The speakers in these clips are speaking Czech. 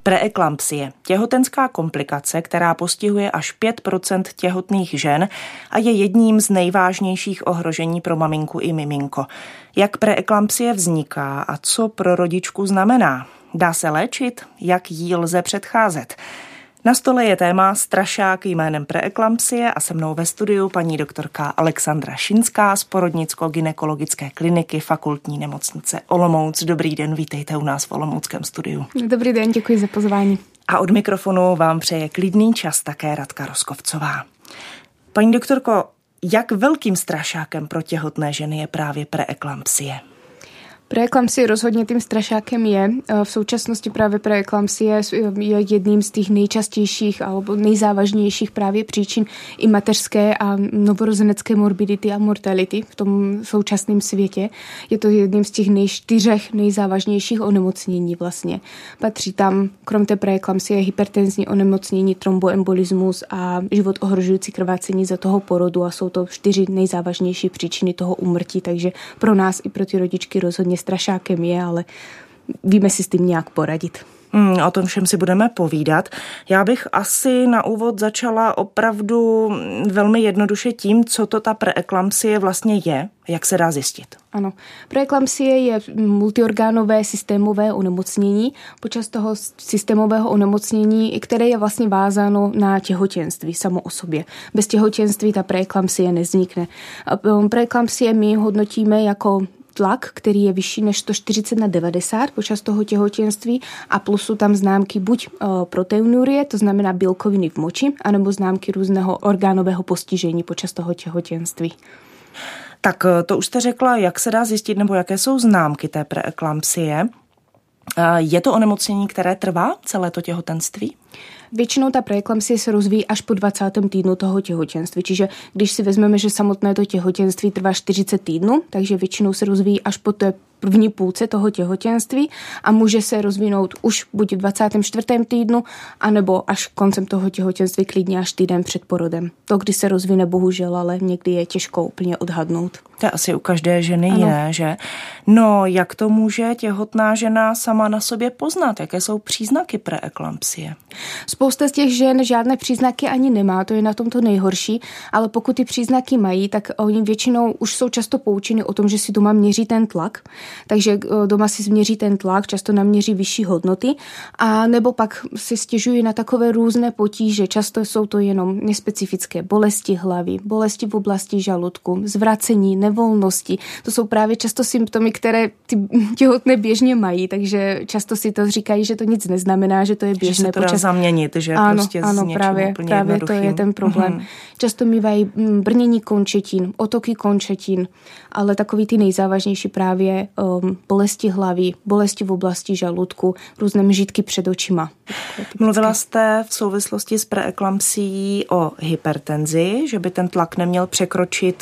Preeklampsie, těhotenská komplikace, která postihuje až 5% těhotných žen a je jedním z nejvážnějších ohrožení pro maminku i miminko. Jak preeklampsie vzniká a co pro rodičku znamená? Dá se léčit? Jak jí lze předcházet? Na stole je téma strašák jménem preeklampsie a se mnou ve studiu paní doktorka Alexandra Šinská z Porodnicko-gynekologické kliniky Fakultní nemocnice Olomouc. Dobrý den, vítejte u nás v olomouckém studiu. Dobrý den, děkuji za pozvání. A od mikrofonu vám přeje klidný čas také Radka Roskovcová. Paní doktorko, jak velkým strašákem pro těhotné ženy je právě preeklampsie? Preeklampsie rozhodně tím strašákem je. V současnosti právě preeklampsie je jedním z těch nejčastějších alebo nejzávažnějších právě příčin i mateřské a novorozenecké morbidity a mortality v tom současném světě. Je to jedním z těch 4 nejzávažnějších onemocnění vlastně. Patří tam krom té preeklampsie hypertenzní onemocnění, tromboembolismus a život ohrožující krvácení za toho porodu a jsou to 4 nejzávažnější příčiny toho úmrtí, takže pro nás i pro ty rodičky rozhodně strašákem je, ale víme si s tím nějak poradit. O tom všem si budeme povídat. Já bych asi na úvod začala opravdu velmi jednoduše tím, co to ta preeklampsie vlastně je, jak se dá zjistit. Ano, preeklampsie je multiorgánové systémové onemocnění, počas toho systémového onemocnění, které je vlastně vázáno na těhotenství samo o sobě. Bez těhotenství ta preeklampsie nevznikne. Preeklampsie my hodnotíme jako tlak, který je vyšší než 140/90 počas toho těhotenství a plus jsou tam známky buď proteinurie, to znamená bílkoviny v moči, anebo známky různého orgánového postižení počas toho těhotenství. Tak to už jste řekla, jak se dá zjistit, nebo jaké jsou známky té preeklampsie. Je to onemocnění, které trvá celé to těhotenství? Většinou ta preeklampsie se rozvíjí až po 20. týdnu toho těhotenství, čiže když si vezmeme, že samotné to těhotenství trvá 40 týdnů, takže většinou se rozvíjí až po té první půlce toho těhotenství a může se rozvinout už buď v 24. týdnu, anebo až koncem toho těhotenství, klidně až týden před porodem. To, kdy se rozvine, bohužel, ale někdy je těžko úplně odhadnout. To je asi u každé ženy jiné, že? No, jak to může těhotná žena sama na sobě poznat? Jaké jsou příznaky preeklampsie? Spousta z těch žen žádné příznaky ani nemá, to je na tom to nejhorší, ale pokud ty příznaky mají, tak oni většinou už jsou často poučeni o tom, že si doma měří ten tlak, takže doma si změří ten tlak, často naměří vyšší hodnoty, a nebo pak si stěžují na takové různé potíže, často jsou to jenom nespecifické bolesti hlavy, bolesti v oblasti žaludku, zvracení, nevolnosti, to jsou právě často symptomy, které ty těhotné běžně mají, takže často si to říkají, že to nic neznamená, že to je běžné. Že se to dá zaměnit, že prostě s něčím právě to je ten problém. Často mývají brnění končetin, otoky končetin, ale takový ty nejzávažnější právě bolesti hlavy, bolesti v oblasti žaludku, různé mžitky před očima. Mluvila jste v souvislosti s preeklampsií o hypertenzi, že by ten tlak neměl překročit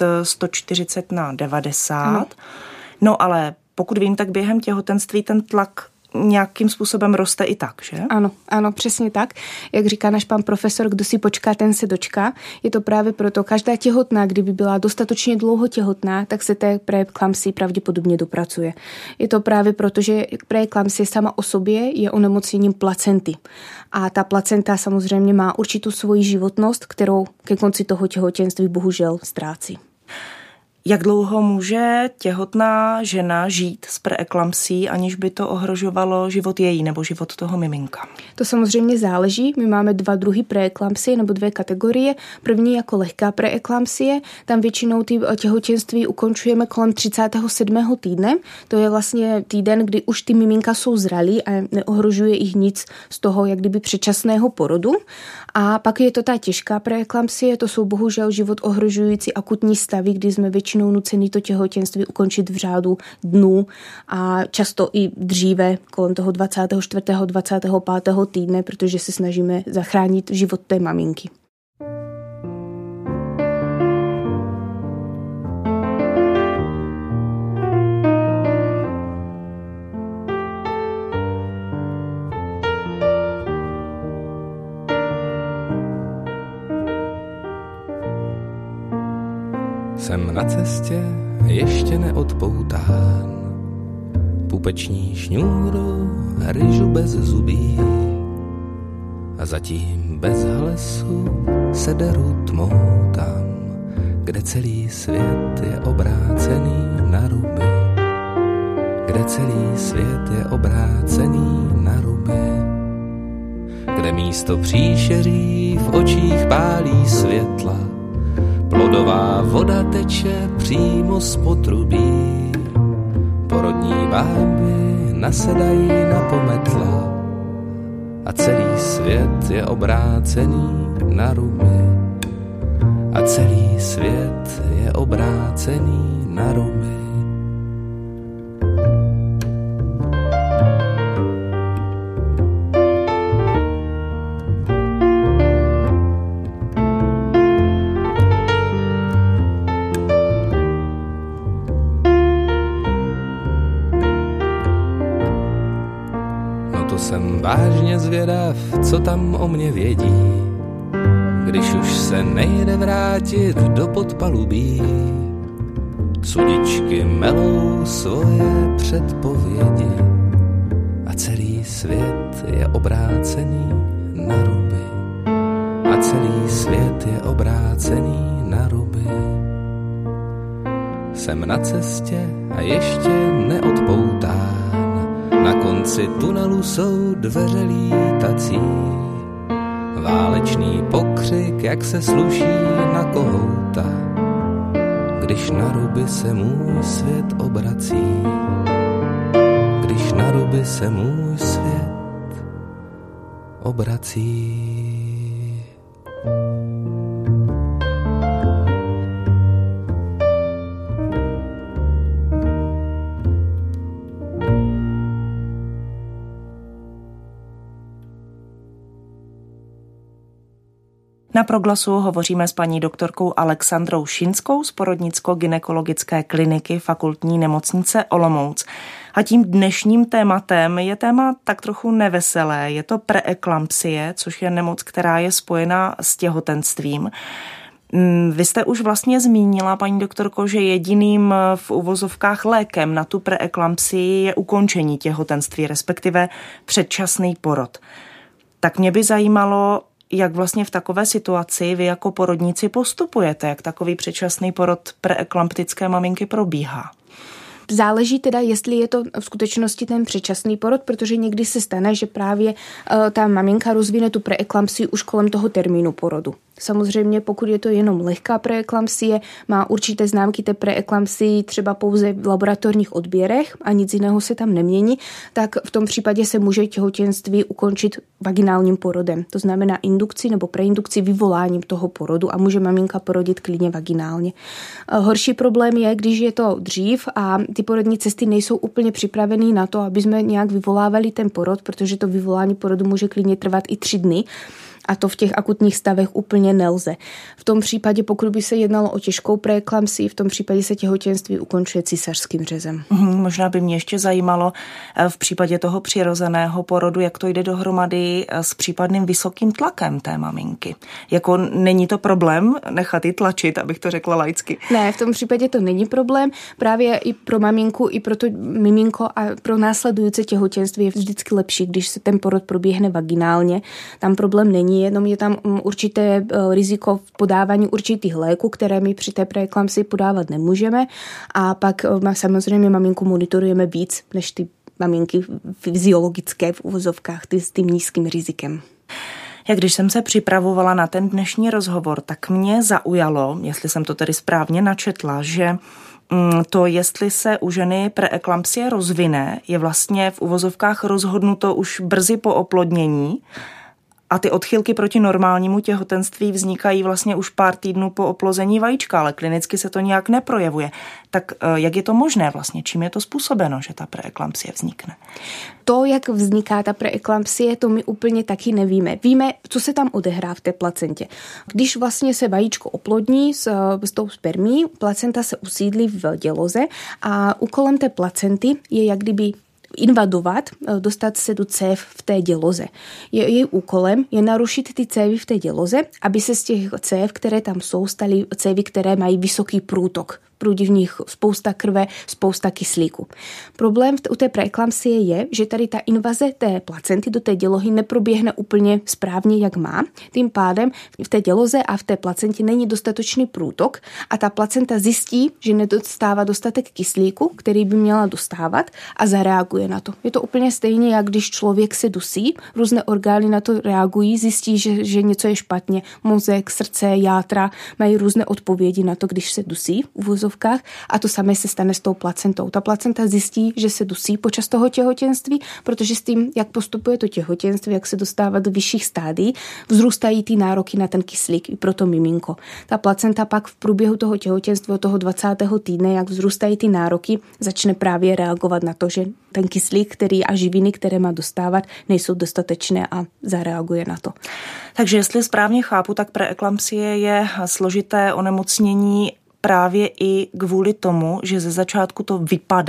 140/90. Ano. No ale pokud vím, tak během těhotenství ten tlak nějakým způsobem roste i tak, že? Ano, přesně tak. Jak říká náš pan profesor, kdo si počká, ten se dočká. Je to právě proto, každá těhotná, kdyby byla dostatečně dlouho těhotná, tak se té preeklampsii pravděpodobně dopracuje. Je to právě proto, že preeklampsie sama o sobě je onemocněním placenty. A ta placenta samozřejmě má určitou svoji životnost, kterou ke konci toho těhotenství bohužel ztrácí. Jak dlouho může těhotná žena žít s preeklampsií, aniž by to ohrožovalo život její nebo život toho miminka? To samozřejmě záleží. My máme 2 druhy preeklampsie nebo 2 kategorie. První jako lehká preeklampsie. Tam většinou ty těhotenství ukončujeme kolem 37. týdne. To je vlastně týden, kdy už ty miminka jsou zralí a neohrožuje jich nic z toho, jak kdyby předčasného porodu. A pak je to ta těžká preeklampsie. To jsou bohužel život ohrožující akutní stavy, kdy jsme většinou nucený to těhotenství ukončit v řádu dnů a často i dříve, kolem toho 24. 25. týdne, protože se snažíme zachránit život té maminky. Jsem na cestě ještě neodpoután, pupeční šňůru, ryžu bez zubí, a zatím bez hlesu se deru tmou tam, kde celý svět je obrácený na ruby, kde celý svět je obrácený na ruby, kde místo příšeří v očích pálí světla, plodová voda teče přímo z potrubí, porodní báby nasedají na pometla a celý svět je obrácený na ruby. A celý svět je obrácený na ruby. No to jsem vážně zvědav, co tam o mě vědí, když už se nejde vrátit do podpalubí. Sudičky melou svoje předpovědi a celý svět je obrácený na ruby. A celý svět je obrácený na ruby. Jsem na cestě a ještě neodpoután. Na konci tunelu jsou dveře lítací. Válečný pokřik, jak se sluší na kohouta, když na ruby se můj svět obrací. Když na ruby se můj svět obrací. Na Proglasu hovoříme s paní doktorkou Alexandrou Šinskou z porodnicko-gynekologické kliniky Fakultní nemocnice Olomouc. A tím dnešním tématem je téma tak trochu neveselé. Je to preeklampsie, což je nemoc, která je spojena s těhotenstvím. Vy jste už vlastně zmínila, paní doktorko, že jediným v uvozovkách lékem na tu preeklampsii je ukončení těhotenství, respektive předčasný porod. Tak mě by zajímalo, jak vlastně v takové situaci vy jako porodníci postupujete, jak takový předčasný porod preeklamptické maminky probíhá? Záleží teda, jestli je to v skutečnosti ten předčasný porod, protože někdy se stane, že právě ta maminka rozvine tu preeklampsii už kolem toho termínu porodu. Samozřejmě, pokud je to jenom lehká preeklampsie, má určité známky té preeklampsii třeba pouze v laboratorních odběrech a nic jiného se tam nemění, tak v tom případě se může těhotenství ukončit vaginálním porodem. To znamená indukci nebo preindukci vyvoláním toho porodu a může maminka porodit klidně vaginálně. Horší problém je, když je to dřív a ty porodní cesty nejsou úplně připravený na to, aby jsme nějak vyvolávali ten porod, protože to vyvolání porodu může klidně trvat i 3 dny. A to v těch akutních stavech úplně nelze. V tom případě, pokud by se jednalo o těžkou preeklampsii, v tom případě se těhotenství ukončuje císařským řezem. Možná by mě ještě zajímalo v případě toho přirozeného porodu, jak to jde dohromady s případným vysokým tlakem té maminky. Jako není to problém nechat ji tlačit, abych to řekla laicky? Ne, v tom případě to není problém. Právě i pro maminku, i pro to miminko a pro následující těhotenství je vždycky lepší, když se ten porod proběhne vaginálně. Tam problém není. Jenom je tam určité riziko v podávání určitých léků, které my při té preeklampsii podávat nemůžeme. A pak samozřejmě maminku monitorujeme víc než ty maminky fyziologické v uvozovkách s tím nízkým rizikem. Jak když jsem se připravovala na ten dnešní rozhovor, tak mě zaujalo, jestli jsem to tedy správně načetla, že to, jestli se u ženy preeklampsie rozvine, je vlastně v uvozovkách rozhodnuto už brzy po oplodnění. A ty odchylky proti normálnímu těhotenství vznikají vlastně už pár týdnů po oplození vajíčka, ale klinicky se to nějak neprojevuje. Tak jak je to možné vlastně? Čím je to způsobeno, že ta preeklampsie vznikne? To, jak vzniká ta preeklampsie, to my úplně taky nevíme. Víme, co se tam odehrá v té placentě. Když vlastně se vajíčko oplodní s tou spermií, placenta se usídlí v děloze a úkolem té placenty je jak kdyby invadovat, dostat se do cév v té děloze. Její úkolem je narušit ty cévy v té děloze, aby se z těch cév, které tam jsou, staly cévy, které mají vysoký průtok proudí v nich spousta krve, spousta kyslíku. Problém u té preeklampsie je, že tady ta invaze té placenty do té dělohy neproběhne úplně správně, jak má. Tím pádem v té děloze a v té placentě není dostatečný průtok a ta placenta zjistí, že nedostává dostatek kyslíku, který by měla dostávat a zareaguje na to. Je to úplně stejně, jak když člověk se dusí, různé orgány na to reagují, zjistí, že něco je špatně. Mozek, srdce, játra mají různé odpovědi na to, když se dusí v uvozovkách a to samé se stane s tou placentou. Ta placenta zjistí, že se dusí počas toho těhotenství, protože s tím, jak postupuje to těhotenství, jak se dostává do vyšších stádií, vzrůstají ty nároky na ten kyslík i pro to miminko. Ta placenta pak v průběhu toho těhotenství od toho 20. týdne, jak vzrůstají ty nároky, začne právě reagovat na to, že ten kyslík, který a živiny, které má dostávat, nejsou dostatečné a zareaguje na to. Takže jestli správně chápu, tak preeklampsie je složité onemocnění právě i kvůli tomu, že ze začátku to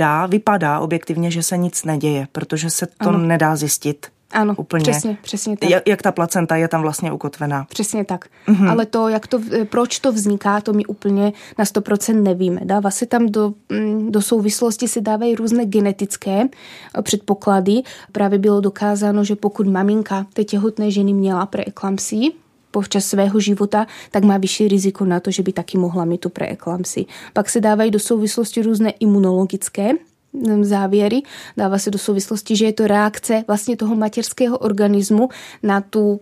vypadá objektivně, že se nic neděje, protože se to nedá zjistit. Ano, úplně. Přesně tak. Jak ta placenta je tam vlastně ukotvená. Přesně tak. Ale to, proč to vzniká, to my úplně na 100% nevíme. Dává se tam do souvislosti se dávají různé genetické předpoklady. Právě bylo dokázáno, že pokud maminka té těhotné ženy měla preeklampsii počas svého života, tak má vyšší riziko na to, že by taky mohla mít tu preeklampsii. Pak se dávají do souvislosti různé imunologické závěry. Dává se do souvislosti, že je to reakce vlastně toho mateřského organismu na tu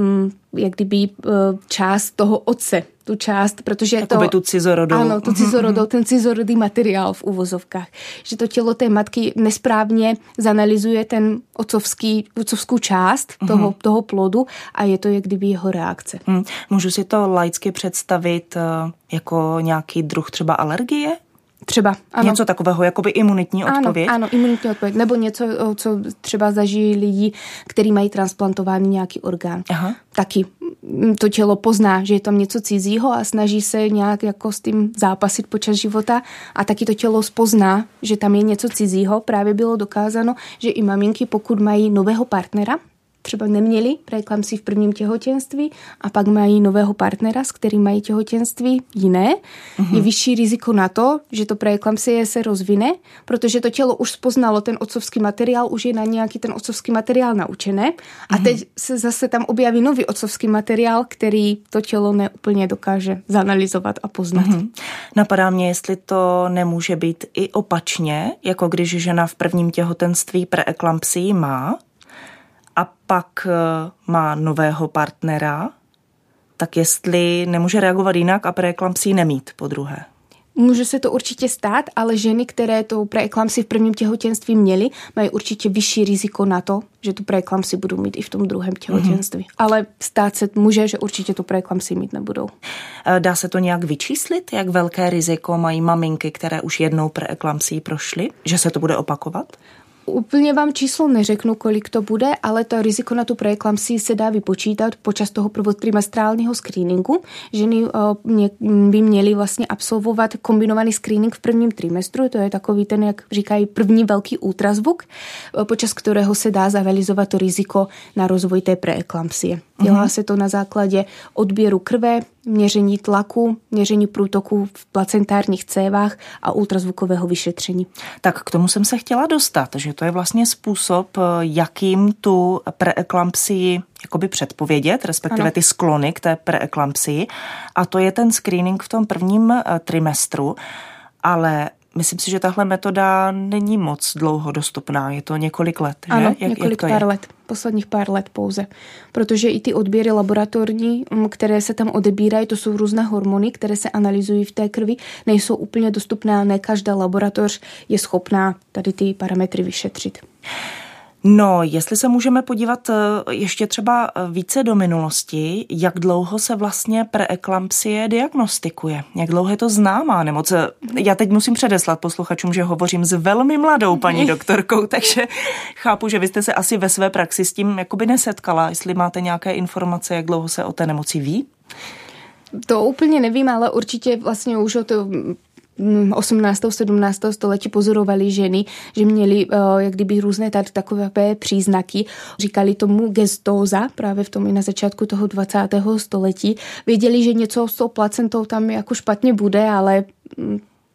jak kdyby část toho otce. Tu část, protože jakoby tu cizorodou. Ano, tu cizorodou, ten cizorodý materiál v uvozovkách. Že to tělo té matky nesprávně zanalyzuje ten otcovskou část toho plodu a je to jak kdyby jeho reakce. Můžu si to laicky představit jako nějaký druh třeba alergie? Třeba, ano. Něco takového, jakoby imunitní odpověď? Ano, imunitní odpověď. Nebo něco, co třeba zažijí lidi, kteří mají transplantovaný nějaký orgán. Aha. Taky to tělo pozná, že je tam něco cizího a snaží se nějak jako s tím zápasit počas života a taky to tělo spozná, že tam je něco cizího. Právě bylo dokázáno, že i maminky, pokud mají nového partnera, třeba neměli preeklampsii v prvním těhotenství a pak mají nového partnera, s kterým mají těhotenství jiné, je vyšší riziko na to, že to preeklampsie se rozvine, protože to tělo už spoznalo ten otcovský materiál, už je na nějaký ten otcovský materiál naučené a teď se zase tam objaví nový otcovský materiál, který to tělo neúplně dokáže zanalyzovat a poznat. Napadá mě, jestli to nemůže být i opačně, jako když žena v prvním těhotenství preeklampsii má, a pak má nového partnera, tak jestli nemůže reagovat jinak a preeklampsii nemít po druhé. Může se to určitě stát, ale ženy, které tu preeklampsii v prvním těhotenství měly, mají určitě vyšší riziko na to, že tu preeklampsii budou mít i v tom druhém těhotenství. Ale stát se může, že určitě tu preeklampsii mít nebudou. Dá se to nějak vyčíslit, jak velké riziko mají maminky, které už jednou preeklampsii prošly, že se to bude opakovat? Úplně vám číslo neřeknu, kolik to bude, ale to riziko na tu preeklampsii se dá vypočítat počas toho prvotrimestrálního screeningu. Ženy by měly vlastně absolvovat kombinovaný screening v prvním trimestru, to je takový ten, jak říkají, první velký ultrazvuk, počas kterého se dá zanalyzovat to riziko na rozvoj té preeklampsie. Dělá se to na základě odběru krve, měření tlaku, měření průtoku v placentárních cévách a ultrazvukového vyšetření. Tak k tomu jsem se chtěla dostat, že to je vlastně způsob, jakým tu preeklampsii jakoby předpovědět, respektive ty sklony k té preeklampsii. A to je ten screening v tom prvním trimestru, ale myslím si, že tahle metoda není moc dlouho dostupná, je to několik let, že? Ano, několik pár let, posledních pár let pouze. Protože i ty odběry laboratorní, které se tam odebírají, to jsou různé hormony, které se analyzují v té krvi, nejsou úplně dostupná, ne každá laboratoř je schopná tady ty parametry vyšetřit. No, jestli se můžeme podívat ještě třeba více do minulosti, jak dlouho se vlastně preeklampsie diagnostikuje? Jak dlouho je to známá nemoc? Já teď musím předeslat posluchačům, že hovořím s velmi mladou paní doktorkou, takže chápu, že vy jste se asi ve své praxi s tím jakoby nesetkala. Jestli máte nějaké informace, jak dlouho se o té nemoci ví? To úplně nevím, ale určitě vlastně už od 18. 17. století pozorovali ženy, že měly jak kdyby různé tady takové příznaky. Říkali tomu gestóza, právě v tom i na začátku toho 20. století. Věděli, že něco s tou placentou tam jako špatně bude, ale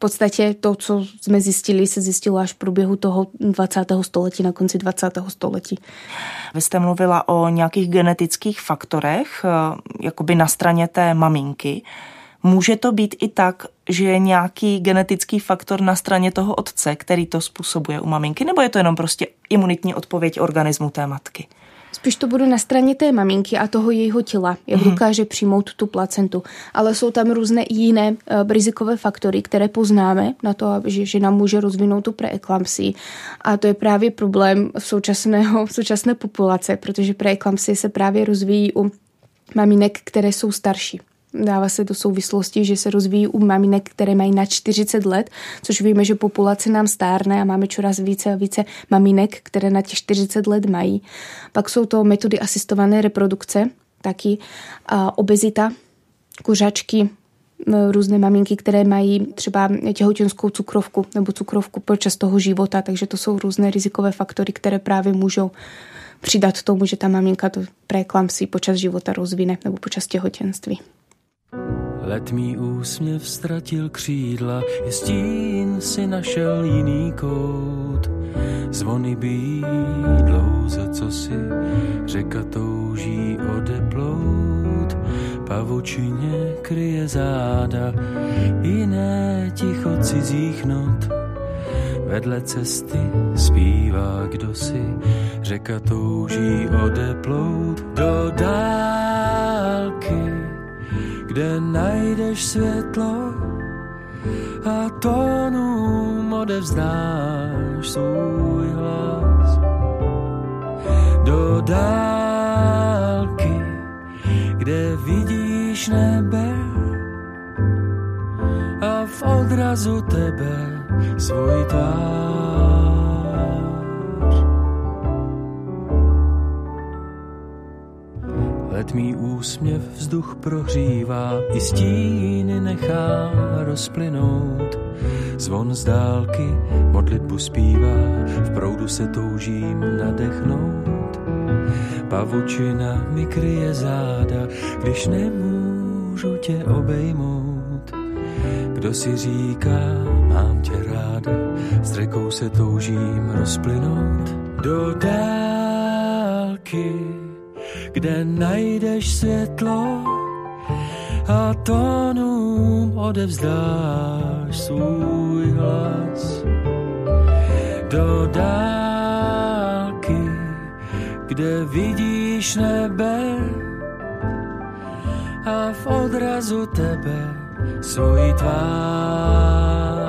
podstatě to, co jsme zjistili, se zjistilo až v průběhu toho 20. století, na konci 20. století. Vy jste mluvila o nějakých genetických faktorech, jakoby na straně té maminky. Může to být i tak, že je nějaký genetický faktor na straně toho otce, který to způsobuje u maminky, nebo je to jenom prostě imunitní odpověď organismu té matky? Spíš to bude na straně té maminky a toho jejího těla, jak dokáže přijmout tu placentu. Ale jsou tam různé jiné rizikové faktory, které poznáme na to, že žena může rozvinout tu preeklampsii. A to je právě problém v současné populace, protože preeklampsie se právě rozvíjí u maminek, které jsou starší. Dává se do souvislosti, že se rozvíjí u maminek, které mají na 40 let, což víme, že populace nám stárne a máme čoraz více a více maminek, které na těch 40 let mají. Pak jsou to metody asistované reprodukce, taky obezita, kuřačky, různé maminky, které mají třeba těhotenskou cukrovku nebo cukrovku počas toho života, takže to jsou různé rizikové faktory, které právě můžou přidat tomu, že ta maminka to preeklampsii počas života rozvine nebo počas těhotenství. Letmý úsměv ztratil křídla, je stín si našel jiný kout. Zvony bijí dlouze, co si řeka touží odeplout. Pavučině kryje záda, jiné ticho cizích not. Vedle cesty zpívá kdosi, řeka touží odeplout do dálky, kde najdeš světlo a tónům odevzdáš svůj hlas. Do dálky, kde vidíš nebe a v odrazu tebe svůj tvář. Letmý úsměv vzduch prohřívá, i stíny nechá rozplynout. Zvon z dálky modlitbu zpívá, v proudu se toužím nadechnout. Pavučina mi kryje záda, když nemůžu tě obejmout. Kdo si říká, mám tě ráda, s řekou se toužím rozplynout. Do dálky, kde najdeš světlo a tónům odevzdáš svůj hlas. Do dálky, kde vidíš nebe a v odrazu tebe svůj tvář.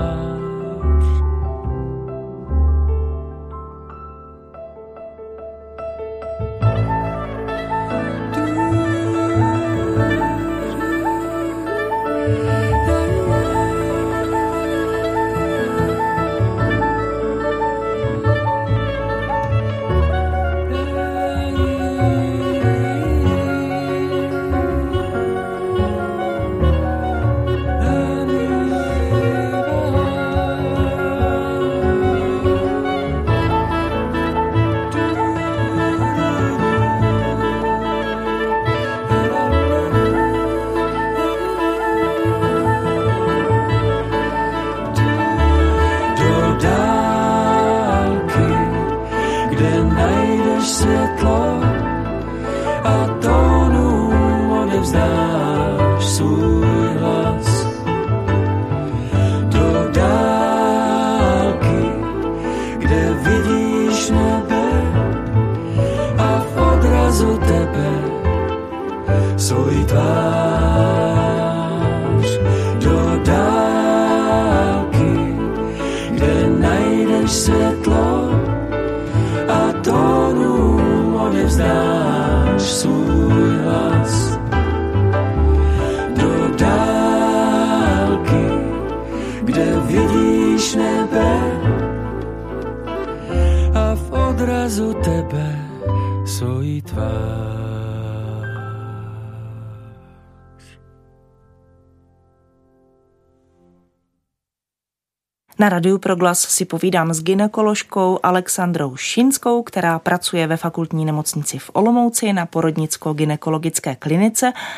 Na Radiu Proglas si povídám s gynekoložkou Alexandrou Šinskou, která pracuje ve fakultní nemocnici v Olomouci na porodnicko-gynekologické klinice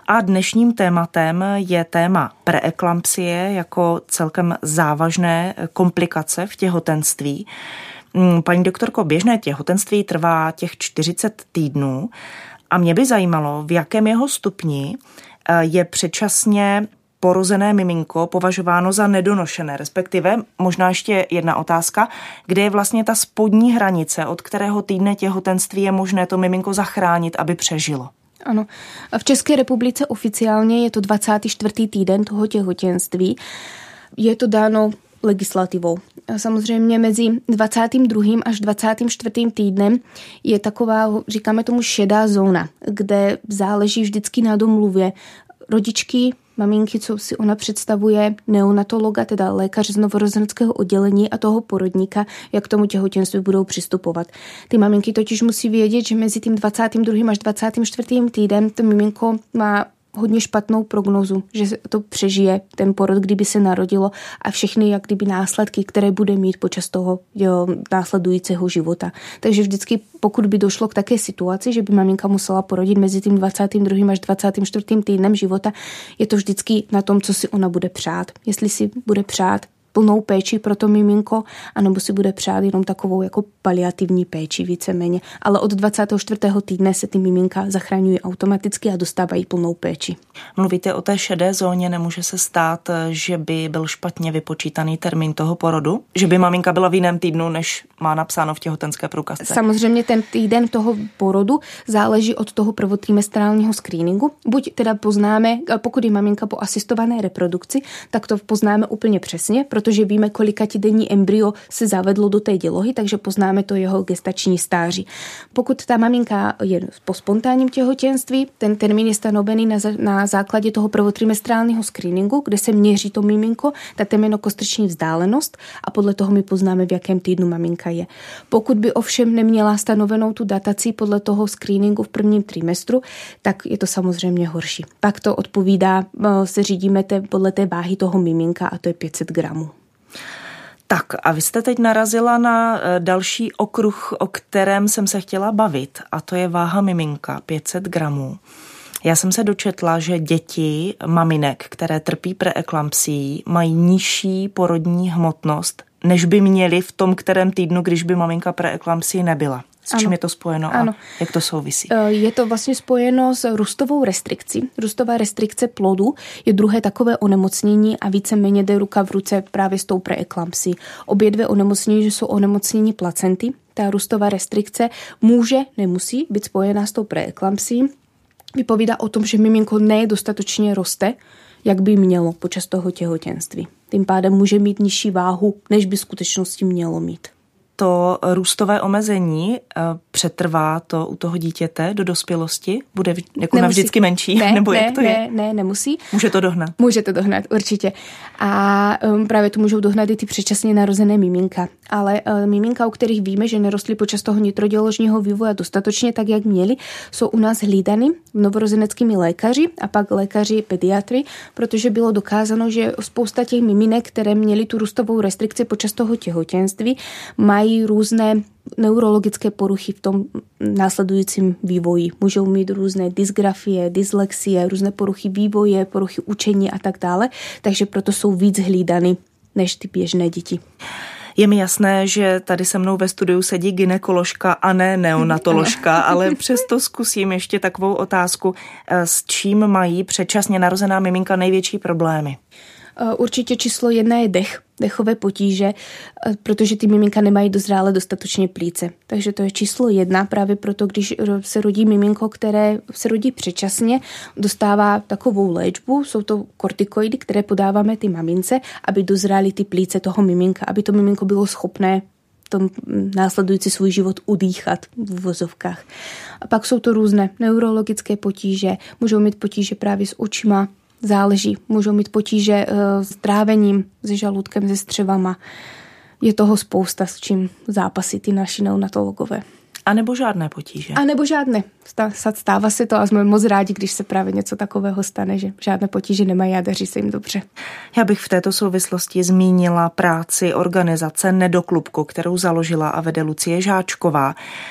A dnešním tématem je téma preeklampsie jako celkem závažné komplikace v těhotenství. Paní doktorko, běžné těhotenství trvá těch 40 týdnů a mě by zajímalo, v jakém jeho stupni je předčasně porozené miminko považováno za nedonošené, respektive možná ještě jedna otázka, kde je vlastně ta spodní hranice, od kterého týdne těhotenství je možné to miminko zachránit, aby přežilo. Ano, v České republice oficiálně je to 24. týden toho těhotenství. Je to dáno legislativou. Samozřejmě mezi 22. až 24. týdnem je taková, říkáme tomu, šedá zóna, kde záleží vždycky na domluvě rodičky, maminky, co si ona představuje, neonatologa, teda lékaře z novorozeneckého oddělení a toho porodníka, jak k tomu těhotenství budou přistupovat. Ty maminky totiž musí vědět, že mezi tím 22. až 24. týdnem to miminko má hodně špatnou prognozu, že to přežije ten porod, kdyby se narodilo a všechny jak kdyby následky, které bude mít počas toho následujícího života. Takže vždycky, pokud by došlo k také situaci, že by maminka musela porodit mezi tím 22. až 24. týdnem života, je to vždycky na tom, co si ona bude přát. Jestli si bude přát plnou péči pro to miminko, anebo si bude přát jenom takovou jako paliativní péči víceméně. Ale od 24. týdne se ty miminka zachraňují automaticky a dostávají plnou péči. Mluvíte o té šedé zóně, nemůže se stát, že by byl špatně vypočítaný termín toho porodu? Že by maminka byla v jiném týdnu, než má napsáno v těhotenské průkazce? Samozřejmě ten týden toho porodu záleží od toho prvotrimestrálního screeningu. Buď teda poznáme, pokud je maminka po asistované reprodukci, tak to poznáme úplně přesně, protože víme, kolikatidenní embryo se zavedlo do té dělohy, takže poznáme to jeho gestační stáří. Pokud ta maminka je po spontánním těhotenství, ten termín je stanovený na základě toho prvotrimestrálního screeningu, kde se měří to miminko, ta temenokostrční vzdálenost a podle toho my poznáme, v jakém týdnu maminka je. Pokud by ovšem neměla stanovenou tu dataci podle toho screeningu v prvním trimestru, tak je to samozřejmě horší. Pak to odpovídá, se řídíme podle té váhy toho miminka a to je 500 gramů. Tak a vy jste teď narazila na další okruh, o kterém jsem se chtěla bavit, a to je váha miminka, 500 gramů. Já jsem se dočetla, že děti maminek, které trpí preeklampsií, mají nižší porodní hmotnost, než by měly v tom kterém týdnu, když by maminka preeklampsii nebyla. S čím je to spojeno a jak to souvisí? Je to vlastně spojeno s růstovou restrikcí. Růstová restrikce plodu je druhé takové onemocnění a víceméně jde ruka v ruce právě s tou preeklampsií. Obě dvě onemocnění, že jsou onemocnění placenty. Ta růstová restrikce nemusí být spojená s tou preeklampsií. Vypovídá o tom, že miminko nedostatečně roste, jak by mělo počas toho těhotenství. Tím pádem může mít nižší váhu, než by v skutečnosti mělo mít. To růstové omezení přetrvá to u toho dítěte do dospělosti? Bude jako navždycky menší? Nebo jak to je? Ne, nemusí. Může to dohnat? Může to dohnat, určitě. A právě to můžou dohnat i ty předčasně narozené miminka. Ale miminka, u kterých víme, že nerostly počas toho nitroděložního vývoje dostatečně tak, jak měli, jsou u nás hlídany novorozeneckými lékaři a pak lékaři pediatry, protože bylo dokázáno, že spousta těch miminek, které měly tu růstovou restrikci počas toho těhotenství, mají různé neurologické poruchy v tom následujícím vývoji. Můžou mít různé dysgrafie, dyslexie, různé poruchy vývoje, poruchy učení a tak dále, takže proto jsou víc hlídany než ty běžné děti. Je mi jasné, že tady se mnou ve studiu sedí gynekoložka a ne neonatoložka, ale přesto zkusím ještě takovou otázku. S čím mají předčasně narozená miminka největší problémy? Určitě číslo 1 je dechové potíže, protože ty miminka nemají dozrále dostatečně plíce. Takže to je číslo 1, právě proto, když se rodí miminko, které se rodí předčasně, dostává takovou léčbu, jsou to kortikoidy, které podáváme ty mamince, aby dozrály ty plíce toho miminka, aby to miminko bylo schopné tom následující svůj život udýchat v uvozovkách. A pak jsou to různé neurologické potíže, můžou mít potíže právě s očima, záleží, můžou mít potíže s trávením, se žaludkem, se střevama. Je toho spousta, s čím zápasí ty naši neonatologové. A nebo žádné potíže? A nebo žádné. Stává se to a jsme moc rádi, když se právě něco takového stane, že žádné potíže nemají a daří se jim dobře. Já bych v této souvislosti zmínila práci organizace Nedoklubko, kterou založila a vede Lucie Žáčková.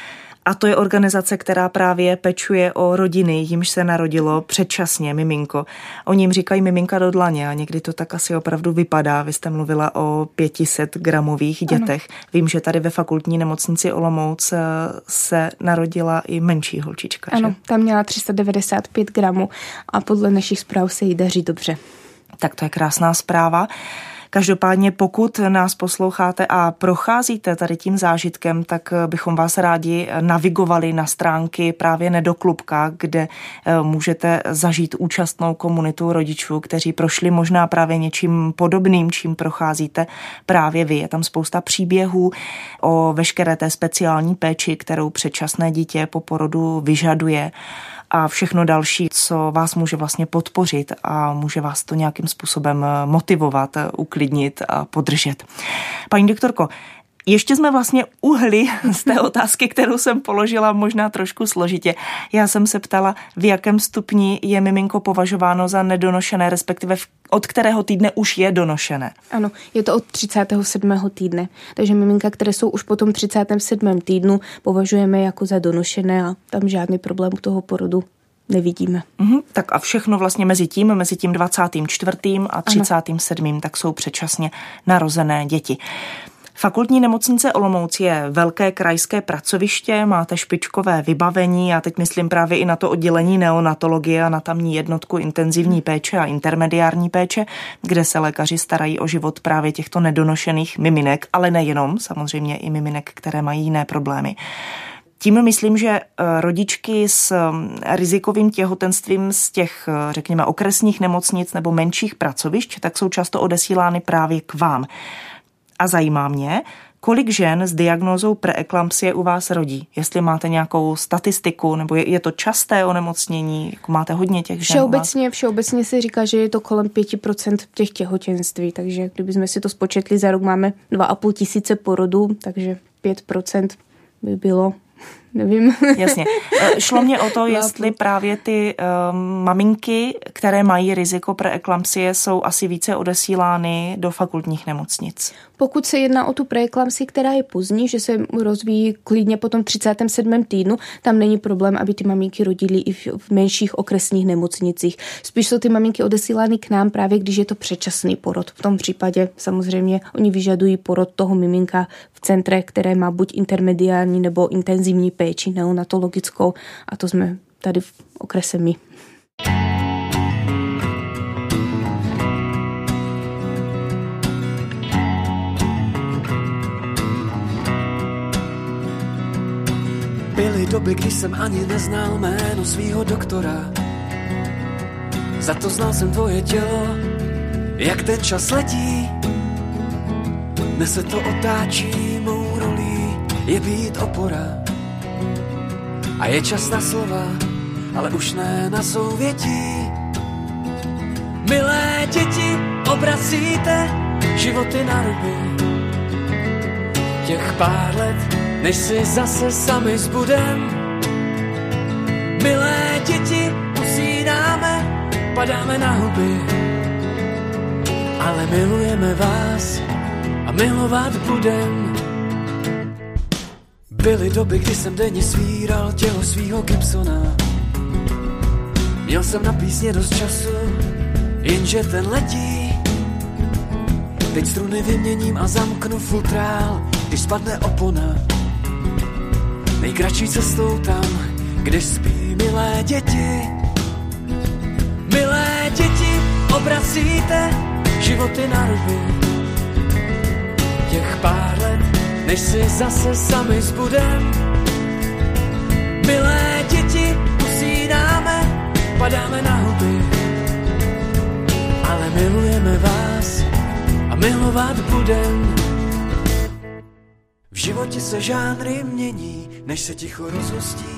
A to je organizace, která právě pečuje o rodiny, jimž se narodilo předčasně miminko. Oni jim říkají miminka do dlaně a někdy to tak asi opravdu vypadá. Vy jste mluvila o 500 gramových dětech. Ano. Vím, že tady ve fakultní nemocnici Olomouc se narodila i menší holčička. Ano, že? tam měla 395 gramů a podle našich zpráv se jí daří dobře. Tak to je krásná zpráva. Každopádně pokud nás posloucháte a procházíte tady tím zážitkem, tak bychom vás rádi navigovali na stránky právě Nedoklubka, kde můžete zažít účastnou komunitu rodičů, kteří prošli možná právě něčím podobným, čím procházíte právě vy. Je tam spousta příběhů o veškeré té speciální péči, kterou předčasné dítě po porodu vyžaduje, a všechno další, co vás může vlastně podpořit a může vás to nějakým způsobem motivovat, uklidnit a podržet. Paní doktorko, ještě jsme vlastně uhli z té otázky, kterou jsem položila možná trošku složitě. Já jsem se ptala, v jakém stupni je miminko považováno za nedonošené, respektive od kterého týdne už je donošené. Ano, je to od 37. týdne. Takže miminka, které jsou už po tom 37. týdnu, považujeme jako za donošené a tam žádný problém u toho porodu nevidíme. Tak a všechno vlastně mezi tím 24. a 37. Ano. tak jsou předčasně narozené děti. Fakultní nemocnice Olomouc je velké krajské pracoviště, máte špičkové vybavení, já teď myslím právě i na to oddělení neonatologie a na tamní jednotku intenzivní péče a intermediární péče, kde se lékaři starají o život právě těchto nedonošených miminek, ale nejenom, samozřejmě i miminek, které mají jiné problémy. Tím myslím, že rodičky s rizikovým těhotenstvím z těch, řekněme, okresních nemocnic nebo menších pracovišť, tak jsou často odesílány právě k vám. A zajímá mě, kolik žen s diagnózou preeklampsie u vás rodí? Jestli máte nějakou statistiku, nebo je to časté onemocnění? Jako máte hodně těch žen Všeobecně se říká, že je to kolem 5% těch těhotenství, takže kdybychom si to spočetli, za rok máme 2,5 tisíce porodů, takže 5% by bylo... Nevím. Jasně. Šlo mě o to, jestli právě ty maminky, které mají riziko preeklampsie, jsou asi více odesílány do fakultních nemocnic. Pokud se jedná o tu preeklampsii, která je pozdní, že se rozvíjí klidně po tom 37. týdnu, tam není problém, aby ty maminky rodily i v menších okresních nemocnicích. Spíš jsou ty maminky odesílány k nám právě, když je to předčasný porod. V tom případě samozřejmě oni vyžadují porod toho miminka v centre, které má buď intermediární nebo intenzivní péči neonatologickou, a to jsme tady v okrese my. Byly doby, kdy jsem ani neznal jméno svýho doktora. Za to znal jsem tvoje tělo, jak ten čas letí. Dnes se to otáčí, mou rolí je být opora. A je čas na slova, ale už ne na souvětí. Milé děti, obracíte životy na ruby. Těch pár let, než si zase sami zbudem. Milé děti, usínáme, padáme na huby. Ale milujeme vás a milovat budem. Byly doby, kdy jsem denně svíral tělo svýho Gibsona. Měl jsem na písně dost času, jenže ten letí. Teď struny vyměním a zamknu futrál, když spadne opona. Nejkratší cestou tam, kde spí milé děti. Milé děti, obracíte životy na ruby. Těch pár let, než si zase sami zbudem. Milé děti, usínáme, padáme na huby. Ale milujeme vás a milovat budem. V životě se žánry mění, než se ticho rozhostí.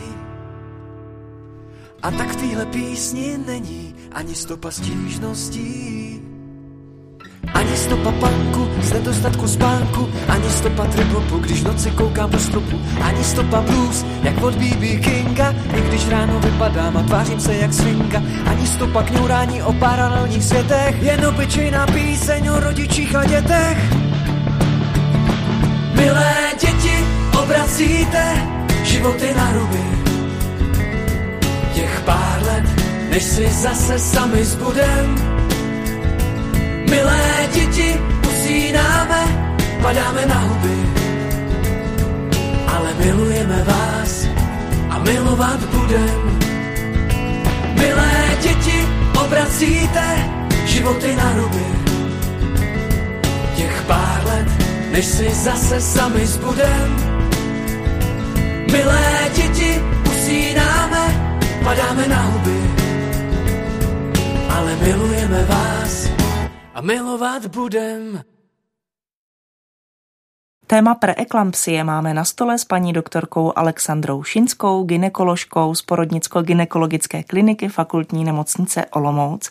A tak v téhle písni není ani stopa stížností. Ani stopa punku z nedostatku spánku, ani stopa trip-hopu, když v noci koukám do stropu. Ani stopa blues, jak od B.B. Kinga, i když ráno vypadám a tvářím se jak swinga. Ani stopa kňourání o paralelních světech, jen obyčejná píseň o rodičích a dětech. Milé děti, obracíte životy na ruby. Těch pár let, než si zase sami zbudem. Milé děti, usínáme, padáme na huby. Ale milujeme vás a milovat budem. Milé děti, obracíte životy na ruby. Těch pár let, než si zase sami zbudem. Milé děti, usínáme, padáme na huby. Ale milujeme vás a milovat budem. Téma preeklampsie máme na stole s paní doktorkou Alexandrou Šinskou, gynekoložkou z Porodnicko-gynekologické kliniky Fakultní nemocnice Olomouc.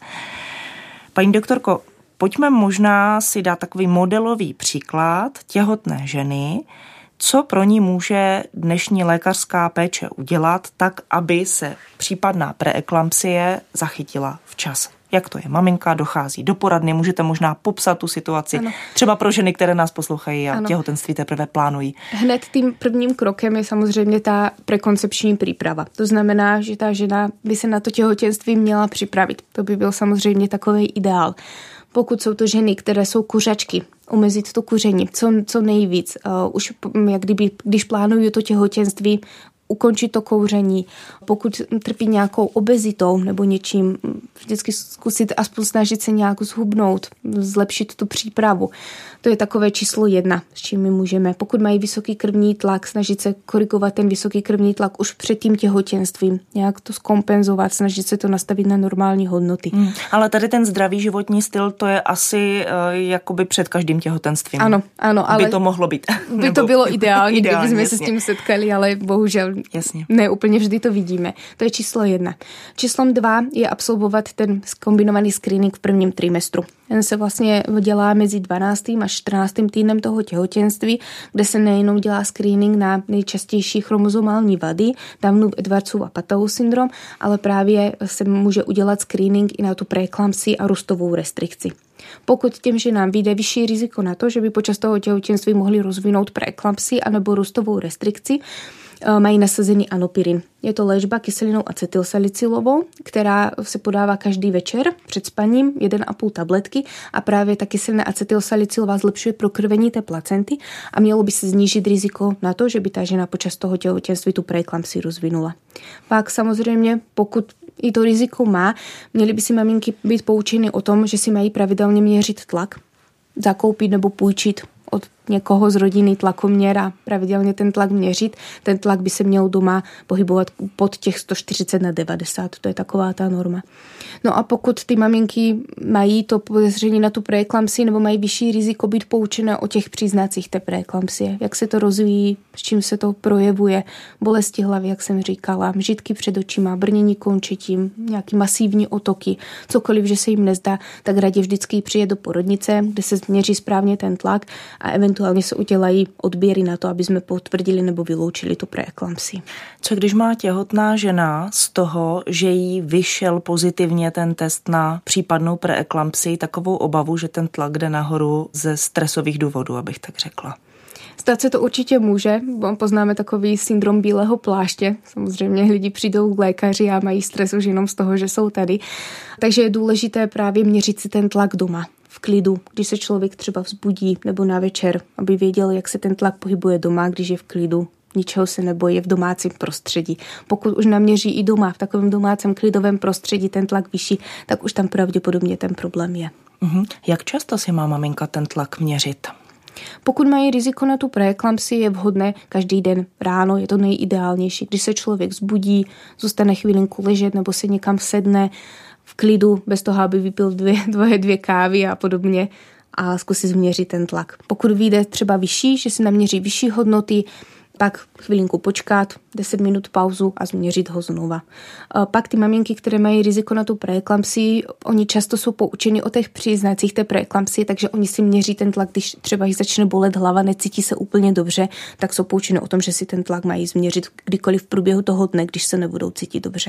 Paní doktorko, pojďme možná si dát takový modelový příklad těhotné ženy, co pro ní může dnešní lékařská péče udělat, tak aby se případná preeklampsie zachytila včas. Jak to je? Maminka dochází do poradny, můžete možná popsat tu situaci, ano. Třeba pro ženy, které nás poslouchají a ano. Těhotenství teprve plánují. Hned tím prvním krokem je samozřejmě ta prekoncepční příprava. To znamená, že ta žena by se na to těhotenství měla připravit. To by byl samozřejmě takový ideál. Pokud jsou to ženy, které jsou kuřačky, omezit to kuření, co nejvíc. Už jak kdyby, když plánují to těhotenství, ukončit to kouření. Pokud trpí nějakou obezitou nebo něčím, vždycky zkusit aspoň snažit se nějak zhubnout, zlepšit tu přípravu. To je takové číslo 1, s čím my můžeme. Pokud mají vysoký krvní tlak, snažit se korigovat ten vysoký krvní tlak už před tím těhotenstvím, nějak to zkompenzovat, snažit se to nastavit na normální hodnoty. Ale tady ten zdravý životní styl, to je asi jakoby před každým těhotenstvím. Ano, ale by to mohlo být. By to bylo ideální, kdyby jsme se s tím setkali, ale bohužel ne úplně vždy to vidíme. To je číslo 1. Číslem 2 je absolvovat ten kombinovaný screening v prvním trimestru. Ten se vlastně dělá mezi 12. až 14. týdnem toho těhotenství, kde se nejenom dělá screening na nejčastější chromozomální vady, Downův-Edwardsův a Patauův syndrom, ale právě se může udělat screening i na tu preeklampsii a růstovou restrikci. Pokud těm ženám vyjde vyšší riziko na to, že by počas toho těhotenství mohli rozvinout preeklampsii anebo růstovou restrikci, mají nasazený anopirin. Je to léčba kyselinou acetylsalicylovou, která se podává každý večer před spaním, 1,5 tabletky a právě ta kyselina acetylsalicylová zlepšuje prokrvení té placenty a mělo by se snížit riziko na to, že by ta žena počas toho těhotenství tu preeklampsii rozvinula. Pak samozřejmě, pokud i to riziko má, měly by si maminky být poučeny o tom, že si mají pravidelně měřit tlak, zakoupit nebo půjčit od někoho z rodiny tlakoměr a pravidelně ten tlak měřit. Ten tlak by se měl doma pohybovat pod těch 140/90. To je taková ta norma. No a pokud ty maminky mají to podezření na tu preeklampsii nebo mají vyšší riziko být poučené o těch příznacích té preeklampsie, jak se to rozvíjí, s čím se to projevuje, bolesti hlavy, jak jsem říkala, mžitky před očima, brnění končetím, nějaký masivní otoky, cokoliv, že se jim nezdá, tak raději vždycky přijet do porodnice, kde se změří správně ten tlak a eventuálně se udělají odběry na to, aby jsme potvrdili nebo vyloučili tu preeklampsii. Co když má těhotná žena z toho, že jí vyšel pozitivně ten test na případnou preeklampsii, takovou obavu, že ten tlak jde nahoru ze stresových důvodů, abych tak řekla? Stát se to určitě může, poznáme takový syndrom bílého pláště. Samozřejmě lidi přijdou k lékaři a mají stres už jenom z toho, že jsou tady. Takže je důležité právě měřit si ten tlak doma, v klidu, když se člověk třeba vzbudí nebo na večer, aby věděl, jak se ten tlak pohybuje doma, když je v klidu. Ničeho se nebojí, v domácím prostředí. Pokud už naměří i doma, v takovém domácím klidovém prostředí ten tlak vyšší, tak už tam pravděpodobně ten problém je. Jak často si má maminka ten tlak měřit? Pokud mají riziko na tu preeklampsii, je vhodné každý den ráno, je to nejideálnější. Když se člověk vzbudí, zůstane chvilinku ležet nebo se někam sedne v klidu, bez toho, aby vypil dvě kávy a podobně a zkusí změřit ten tlak. Pokud vyjde třeba vyšší, že si naměří vyšší hodnoty, pak chvilinku počkat, 10 minut pauzu a změřit ho znova. Pak ty maminky, které mají riziko na tu preeklampsii, oni často jsou poučeni o těch příznacích té preeklampsie, takže oni si měří ten tlak, když třeba jich začne bolet hlava, necítí se úplně dobře, tak jsou poučeni o tom, že si ten tlak mají změřit kdykoliv v průběhu toho dne, když se nebudou cítit dobře.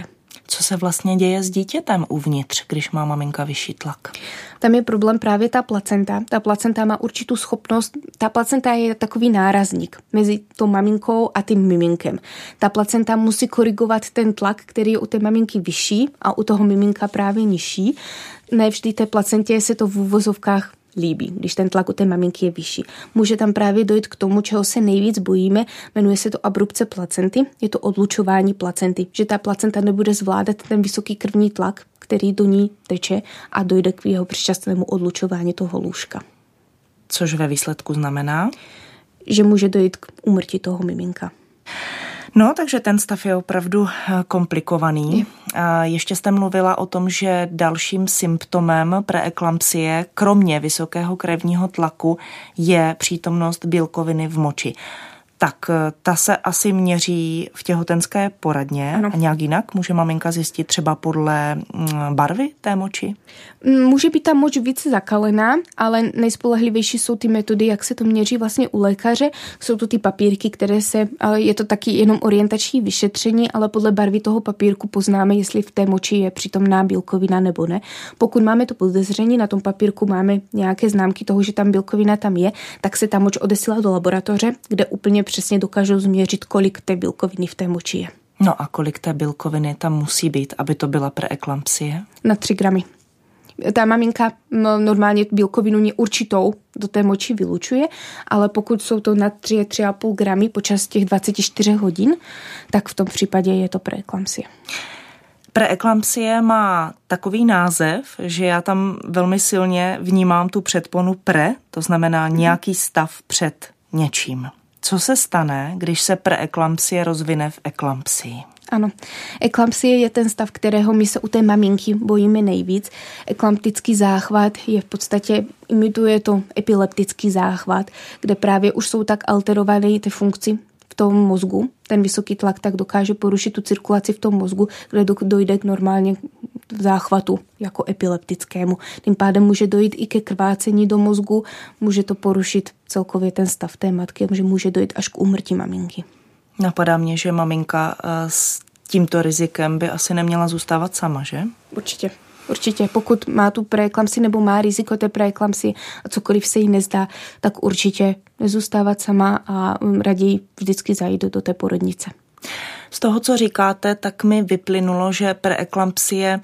Co se vlastně děje s dítětem uvnitř, když má maminka vyšší tlak? Tam je problém právě ta placenta. Ta placenta má určitou schopnost, ta placenta je takový nárazník mezi tou maminkou a tím miminkem. Ta placenta musí korigovat ten tlak, který je u té maminky vyšší a u toho miminka právě nižší. Ne vždy té placentě se to v uvozovkách líbí, když ten tlak u té maminky je vyšší. Může tam právě dojít k tomu, čeho se nejvíc bojíme, jmenuje se to abrupce placenty, je to odlučování placenty, že ta placenta nebude zvládat ten vysoký krvní tlak, který do ní teče a dojde k jeho předčasnému odlučování toho lůžka. Což ve výsledku znamená? Že může dojít k úmrtí toho miminka. No, takže ten stav je opravdu komplikovaný. A ještě jste mluvila o tom, že dalším symptomem preeklampsie, kromě vysokého krevního tlaku, je přítomnost bílkoviny v moči. Tak ta se asi měří v těhotenské poradně. Ano. A nějak jinak může maminka zjistit třeba podle barvy té moči? Může být ta moč více zakalená, ale nejspolehlivější jsou ty metody, jak se to měří vlastně u lékaře. Jsou to ty papírky, je to taky jenom orientační vyšetření, ale podle barvy toho papírku poznáme, jestli v té moči je přítomná bílkovina nebo ne. Pokud máme to podezření, na tom papírku máme nějaké známky toho, že tam bílkovina tam je, tak se ta moč odesílá do laboratoře, kde úplně přesně dokážou změřit, kolik té bílkoviny v té moči je. No a kolik té bílkoviny tam musí být, aby to byla preeklampsie? Na 3 gramy. Ta maminka normálně bílkovinu určitou do té moči vylučuje, ale pokud jsou to na 3,5 gramy počas těch 24 hodin, tak v tom případě je to preeklampsie. Preeklampsie má takový název, že já tam velmi silně vnímám tu předponu pre, to znamená nějaký stav před něčím. Co se stane, když se preeklampsie rozvine v eklampsii? Ano, eklampsie je ten stav, kterého my se u té maminky bojíme nejvíc. Eklamptický záchvat je v podstatě, imituje to epileptický záchvat, kde právě už jsou tak alterované ty funkci v tom mozgu. Ten vysoký tlak tak dokáže porušit tu cirkulaci v tom mozgu, kde dojde k normálně záchvatu jako epileptickému. Tím pádem může dojít i ke krvácení do mozgu, může to porušit celkově ten stav té matky, že může dojít až k úmrtí maminky. Napadá mě, že maminka s tímto rizikem by asi neměla zůstávat sama, že? Určitě. Pokud má tu preeklampsii nebo má riziko té preeklampsie a cokoliv se jí nezdá, tak určitě nezůstávat sama a raději vždycky zajít do té porodnice. Z toho, co říkáte, tak mi vyplynulo, že preeklampsie,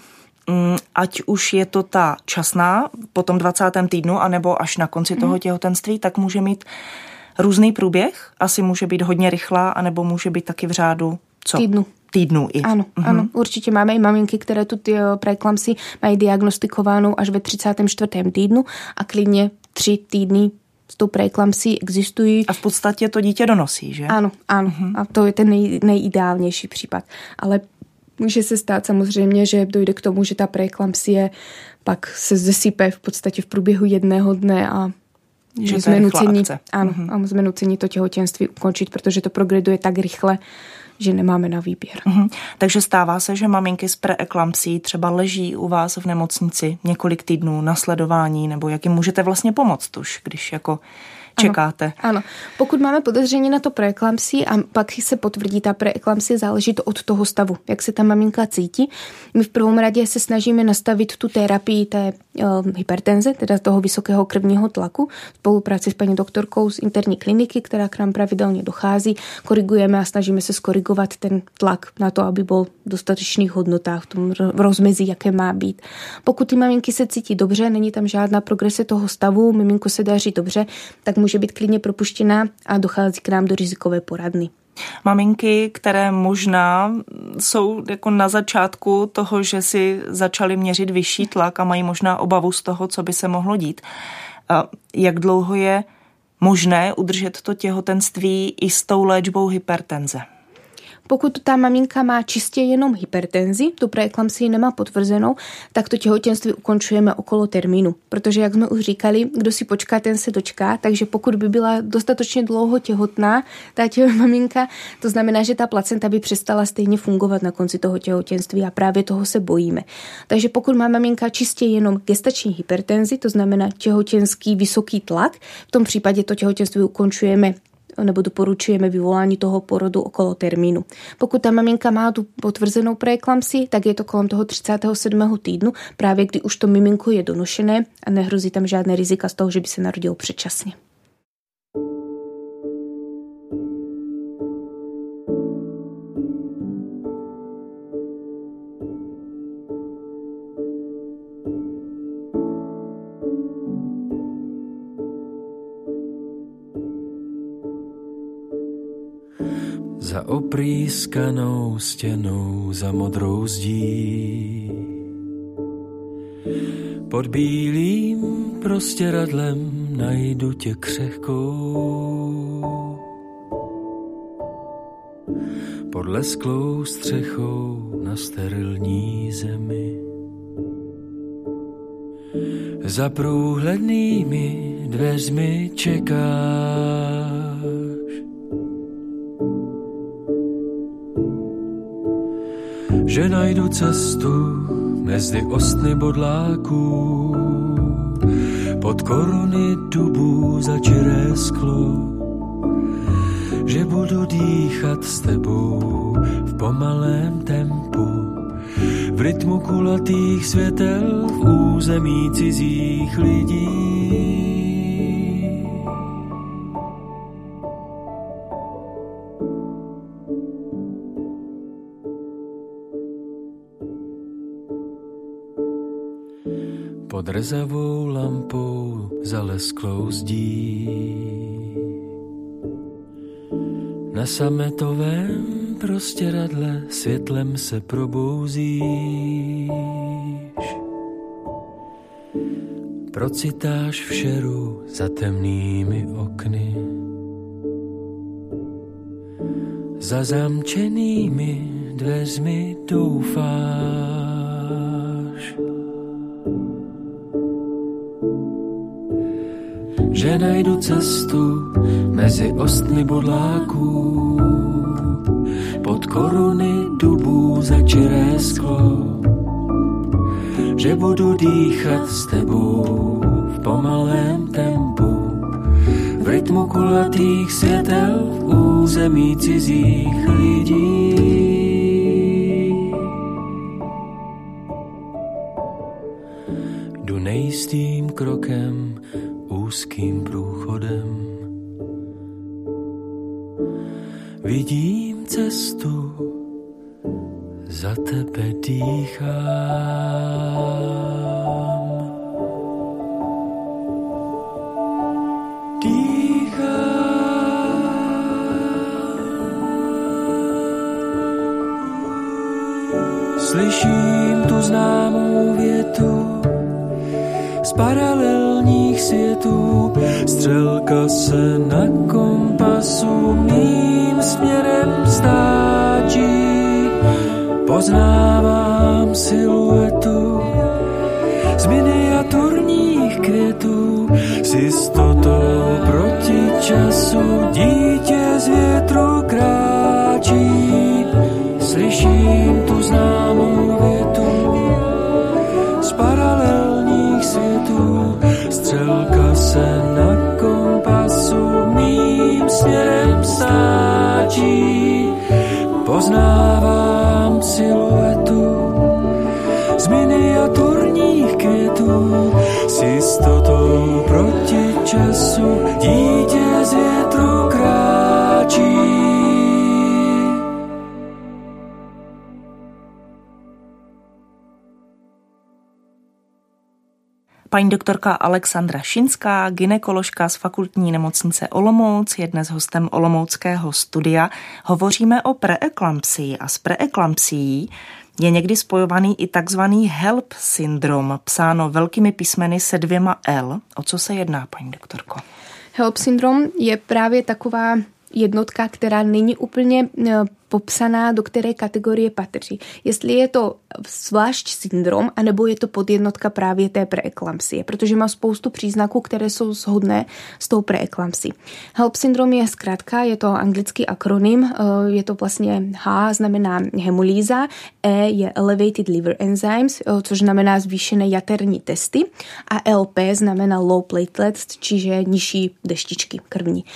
ať už je to ta časná po tom 20. týdnu, anebo až na konci toho těhotenství, tak může mít různý průběh. Asi může být hodně rychlá, anebo může být taky v řádu týdnů i. Ano, určitě máme i maminky, které tu preeklampsii mají diagnostikovánou až ve 34. týdnu a klidně 3 týdny s tou preeklampsií existují. A v podstatě to dítě donosí, že? Ano. A to je ten nejideálnější případ. Ale může se stát samozřejmě, že dojde k tomu, že ta preeklampsie pak se zesype v podstatě v průběhu jedného dne a že jsme nuceni, a jsme nuceni to těhotenství ukončit, protože to progreduje tak rychle, že nemáme na výběr. Takže stává se, že maminky s preeklampsií třeba leží u vás v nemocnici několik týdnů na sledování, nebo jak jim můžete vlastně pomoct už, když jako čekáte. Ano. Pokud máme podezření na to preeklampsii a pak se potvrdí ta preeklampsie, záleží to od toho stavu, jak se ta maminka cítí. My v prvom radě se snažíme nastavit tu terapii té hypertenze, teda toho vysokého krevního tlaku, v spolupráci s paní doktorkou z interní kliniky, která k nám pravidelně dochází. Korigujeme a snažíme se skorigovat ten tlak na to, aby byl v dostatečných hodnotách, v tom rozmezí, jaké má být. Pokud ty maminky se cítí dobře, není tam žádná progrese toho stavu, miminku se daří dobře, tak může být klidně propuštěná a dochází k nám do rizikové poradny. Maminky, které možná jsou jako na začátku toho, že si začaly měřit vyšší tlak a mají možná obavu z toho, co by se mohlo dít. Jak dlouho je možné udržet to těhotenství i s tou léčbou hypertenze? Pokud ta maminka má čistě jenom hypertenzi, tu preeklampsii nemá potvrzenou, tak to těhotenství ukončujeme okolo termínu. Protože, jak jsme už říkali, kdo si počká, ten se dočká, takže pokud by byla dostatečně dlouho těhotná ta maminka, to znamená, že ta placenta by přestala stejně fungovat na konci toho těhotenství a právě toho se bojíme. Takže pokud má maminka čistě jenom gestační hypertenzi, to znamená těhotenský vysoký tlak, v tom případě to těhotenství ukončujeme nebo doporučujeme vyvolání toho porodu okolo termínu. Pokud ta maminka má tu potvrzenou preeklampsii, tak je to kolem toho 37. týdnu, právě kdy už to miminko je donošené a nehrozí tam žádné rizika z toho, že by se narodilo předčasně. Za oprýskanou stěnou, za modrou zdí, pod bílým prostěradlem najdu tě křehkou, pod lesklou střechou na sterilní zemi. Za průhlednými dveřmi čekáš, že najdu cestu mezi ostny bodláků, pod koruny dubů za čiré sklo, že budu dýchat s tebou v pomalém tempu, v rytmu kulatých světel v území cizích lidí. Pod rezavou lampou za lesklou zdí, na sametovém prostěradle světlem se probouzíš. Procitáš v šeru za temnými okny, za zamčenými dveřmi doufáš, že najdu cestu mezi ostny bodláků, pod koruny dubů za čiré sklo, že budu dýchat s tebou v pomalém tempu, v rytmu kulatých světel v území cizích lidí. Jdu nejistým krokem, úzkým průchodem, vidím cestu, za tebe dýchám. Slyším tu známou větu z paralelních světů, střelka se na kompasu mým směrem stáčí. Poznávám siluetu z miniaturních květů, s jistotou proti času dítě z větru kráčí. Slyším tu známou větu z paralelních světů, střelka se na kompasu mým směrem stáčí. Poznávám siluetu z miniaturních květů, s jistotou proti času dítě z větru kráčí. Paní doktorka Alexandra Šinská, gynekoložka z Fakultní nemocnice Olomouc, je dnes hostem Olomouckého studia. Hovoříme o preeklampsii a s preeklampsií je někdy spojovaný i takzvaný HELP syndrom, psáno velkými písmeny se 2 L. O co se jedná, paní doktorko? HELP syndrom je právě taková jednotka, která není úplně popsaná, do které kategorie patří. Jestli je to zvlášť syndrom, anebo je to podjednotka právě té preeklampsie, protože má spoustu příznaků, které jsou shodné s tou preeklampsí. HELP syndrom je zkrátka, je to anglický akronym, je to vlastně H znamená hemolýza, E je elevated liver enzymes, což znamená zvýšené jaterní testy a LP znamená low platelets, čiže nižší deštičky krvní.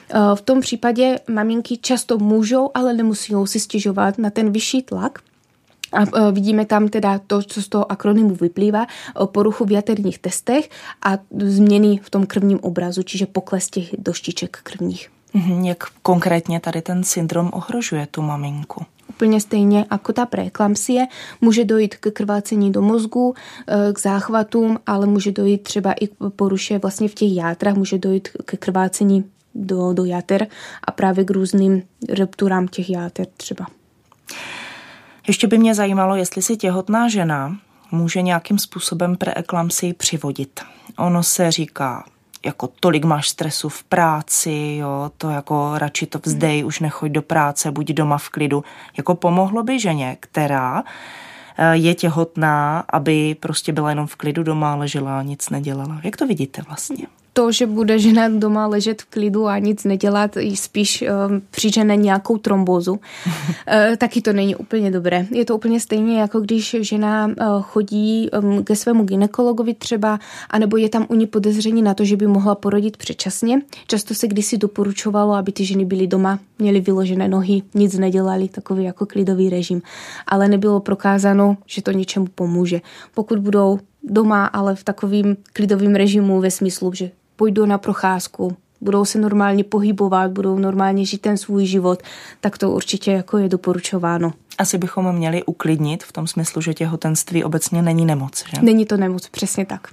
V tom případě maminky často můžou, ale nemusí si stěžovat na ten vyšší tlak. A vidíme tam teda to, co z toho akronymu vyplývá, poruchu v jaterních testech a změny v tom krvním obrazu, čiže pokles těch doštiček krvních. Jak konkrétně tady ten syndrom ohrožuje tu maminku? Úplně stejně jako ta preeklampsie, může dojít k krvácení do mozgu, k záchvatům, ale může dojít třeba i k poruše vlastně v těch játrách, může dojít k krvácení do játer a právě k různým rupturám těch játer třeba. Ještě by mě zajímalo, jestli si těhotná žena může nějakým způsobem preeklampsii přivodit. Ono se říká, jako tolik máš stresu v práci, jo, to jako radši to vzdej, už nechoď do práce, buď doma v klidu. Jako pomohlo by ženě, která je těhotná, aby prostě byla jenom v klidu doma, ležela a nic nedělala. Jak to vidíte vlastně? To, že bude žena doma ležet v klidu a nic nedělat, spíš přižene nějakou trombózu, taky to není úplně dobré. Je to úplně stejně, jako když žena chodí ke svému gynekologovi třeba, anebo je tam u ní podezření na to, že by mohla porodit předčasně. Často se kdysi doporučovalo, aby ty ženy byly doma, měly vyložené nohy, nic nedělali, takový jako klidový režim. Ale nebylo prokázáno, že to něčemu pomůže. Pokud budou doma, ale v takovým klidovým režimu ve smyslu, že půjdou na procházku, budou se normálně pohybovat, budou normálně žít ten svůj život, tak to určitě jako je doporučováno. Asi bychom měli uklidnit v tom smyslu, že těhotenství obecně není nemoc, že? Není to nemoc, přesně tak.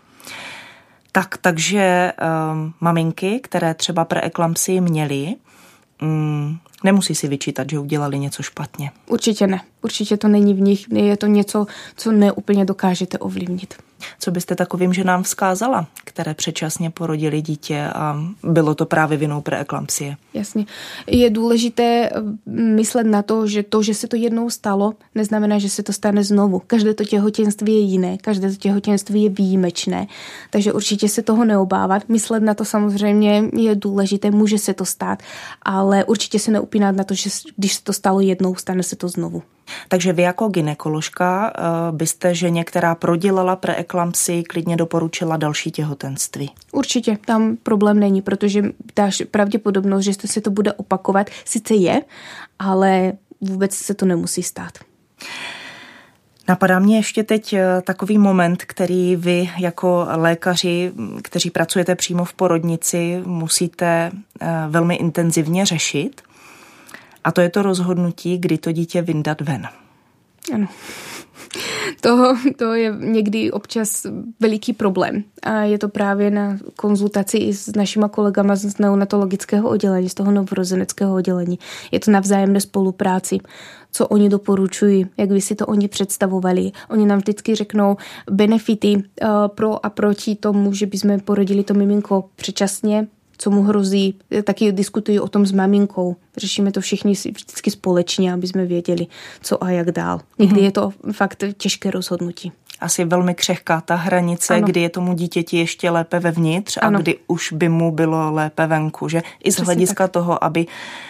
Takže maminky, které třeba preeklampsii měly, nemusí si vyčítat, že udělali něco špatně. Určitě ne. Určitě to není v nich. Je to něco, co neúplně dokážete ovlivnit. Co byste takovým ženám vzkázala, které předčasně porodili dítě a bylo to právě vinou preeklampsie? Jasně. Je důležité myslet na to, že se to jednou stalo, neznamená, že se to stane znovu. Každé to těhotenství je jiné, každé to těhotenství je výjimečné, takže určitě se toho neobávat. Myslet na to samozřejmě je důležité, může se to stát, ale určitě se neupínat na to, že když se to stalo jednou, stane se to znovu. Takže vy jako gynekoložka byste ženě, která prodělala preeklampsii, klidně doporučila další těhotenství? Určitě, tam problém není, protože ta pravděpodobnost, že se to bude opakovat, sice je, ale vůbec se to nemusí stát. Napadá mě ještě teď takový moment, který vy jako lékaři, kteří pracujete přímo v porodnici, musíte velmi intenzivně řešit. A to je to rozhodnutí, kdy to dítě vyndat ven. Ano. To je někdy občas veliký problém. A je to právě na konzultaci i s našima kolegama z neonatologického oddělení, z toho novorozeneckého oddělení. Je to na vzájemné spolupráci, co oni doporučují, jak by si to oni představovali. Oni nám vždycky řeknou benefity pro a proti tomu, že bychom porodili to miminko předčasně, co mu hrozí, taky diskutují o tom s maminkou. Řešíme to všichni vždycky společně, aby jsme věděli, co a jak dál. Někdy je to fakt těžké rozhodnutí. Asi velmi křehká ta hranice, ano. Kdy je tomu dítěti ještě lépe vevnitř a kdy už by mu bylo lépe venku. Že? I z hlediska toho, aby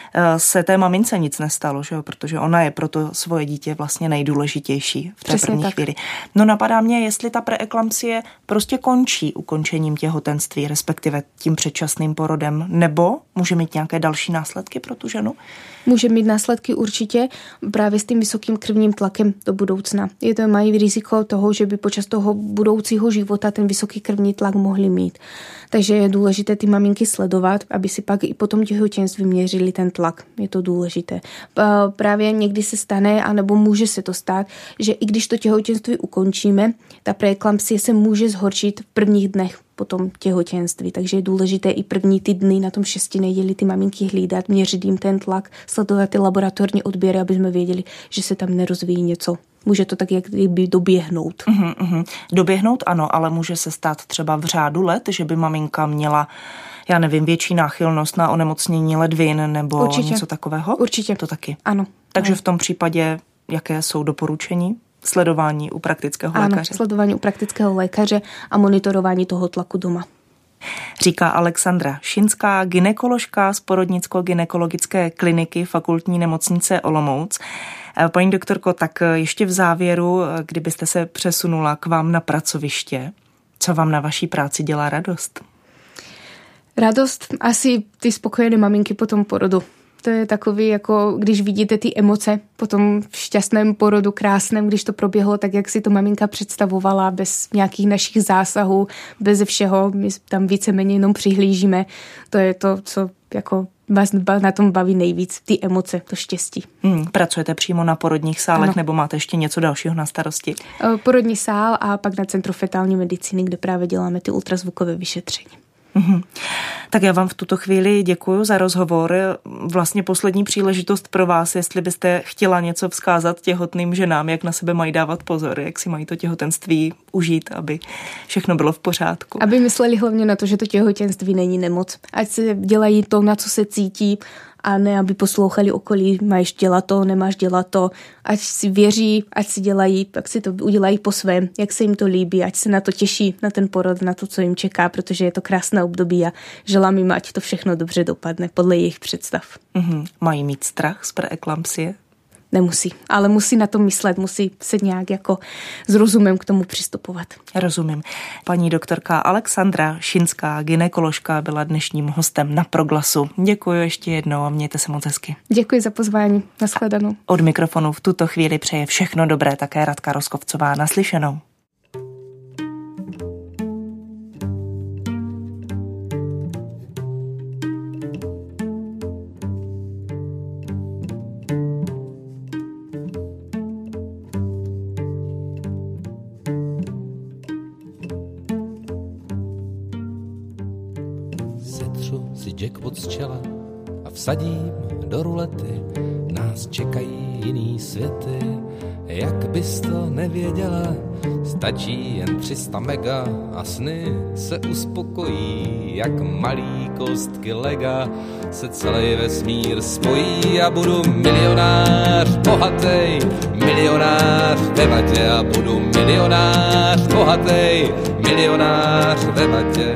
se té mamince nic nestalo, že? Protože ona je pro to svoje dítě vlastně nejdůležitější v té první chvíli. No napadá mě, jestli ta preeklampsie prostě končí ukončením těhotenství, respektive tím předčasným porodem, nebo může mít nějaké další následky pro tu ženu? Může mít následky určitě právě s tím vysokým krvním tlakem do budoucna. Mají riziko toho, že by počas toho budoucího života ten vysoký krvní tlak mohli mít. Takže je důležité ty maminky sledovat, aby si pak i po tom těhotenství měřili ten tlak. Je to důležité. Právě někdy se stane, anebo může se to stát, že i když to těhotenství ukončíme, ta preeklampsie se může zhoršit v prvních dnech po tom těhotenství. Takže je důležité i první ty dny na tom 6 neděli ty maminky hlídat, měřit jim ten tlak, sledovat ty laboratorní odběry, aby jsme věděli, že se tam nerozvíjí něco. Může to tak jak kdyby doběhnout. Doběhnout ano, ale může se stát třeba v řádu let, že by maminka měla, já nevím, větší náchylnost na onemocnění ledvin nebo něco takového? Určitě. To taky? Ano. Takže v tom případě, jaké jsou doporučení? Sledování u praktického lékaře? Ano, sledování u praktického lékaře a monitorování toho tlaku doma. Říká Alexandra Šinská, gynekoložka z Porodnicko-gynekologické kliniky Fakultní nemocnice Olomouc. Paní doktorko, tak ještě v závěru, kdybyste se přesunula k vám na pracoviště, co vám na vaší práci dělá radost? Radost, asi ty spokojené maminky po tom porodu. To je takový, jako když vidíte ty emoce po tom šťastném porodu, krásném, když to proběhlo tak, jak si to maminka představovala, bez nějakých našich zásahů, bez všeho, my tam víceméně jenom přihlížíme. To je to, co jako vás na tom baví nejvíc, ty emoce, to štěstí. Pracujete přímo na porodních sálech, ano. Nebo máte ještě něco dalšího na starosti? Porodní sál a pak na Centru fetální medicíny, kde právě děláme ty ultrazvukové vyšetření. Tak já vám v tuto chvíli děkuji za rozhovor. Vlastně poslední příležitost pro vás, jestli byste chtěla něco vzkázat těhotným ženám, jak na sebe mají dávat pozor, jak si mají to těhotenství užít, aby všechno bylo v pořádku. Aby mysleli hlavně na to, že to těhotenství není nemoc. Ať se dělají to, na co se cítí, a ne, aby poslouchali okolí, máš dělat to, nemáš dělat to, ať si věří, ať si dělají, tak si to udělají po svém, jak se jim to líbí, ať se na to těší, na ten porod, na to, co jim čeká, protože je to krásné období a želám jim, ať to všechno dobře dopadne podle jejich představ. Mají mít strach z preeklampsie? Nemusí, ale musí na to myslet, musí se nějak jako s rozumem k tomu přistupovat. Rozumím. Paní doktorka Alexandra Šinská, gynekoložka, byla dnešním hostem na Proglasu. Děkuji ještě jednou a mějte se moc hezky. Děkuji za pozvání. Nashledanou. Od mikrofonu v tuto chvíli přeje všechno dobré také Radka Roskovcová. Naslyšenou. Jackpot z čela a vsadím do rulety, nás čekají jiný světy. Jak bys to nevěděla, stačí jen 300 mega a sny se uspokojí, jak malý kostky lega se celý vesmír spojí a budu milionář bohatý, milionář ve vatě a budu milionář bohatý, milionář ve vatě.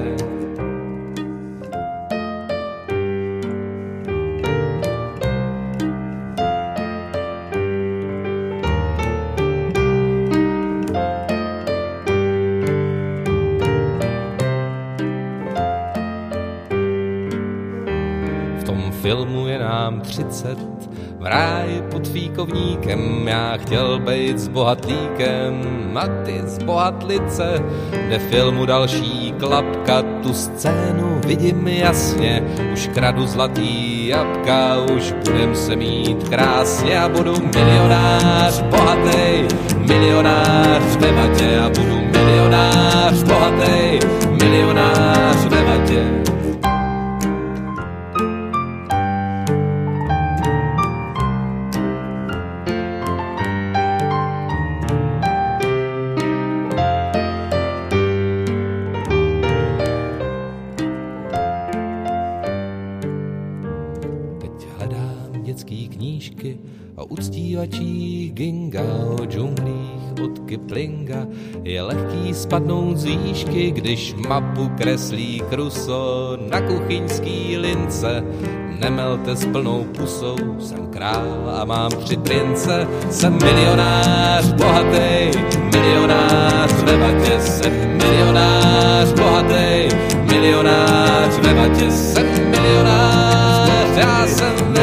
Filmu je nám 30, v ráji pod fíkovníkem, já chtěl bejt s bohatlíkem a ty z bohatlice, kde filmu další klapka, tu scénu vidím jasně, už kradu zlatý jabka, už budem se mít krásně a budu milionář bohatý, milionář ve vatě a budu milionář bohatý, milionář ve vatě. O uctívačích ginga, o džunglích od Kiplinga. Je lehký spadnout z výšky, když mapu kreslí Crusoe na kuchyňský lince. Nemelte s plnou pusou, jsem král a mám 3 prince. Jsem milionář bohatý, milionář ve vatě. Jsem milionář bohatý, milionář ve vatě. Jsem milionář, já jsem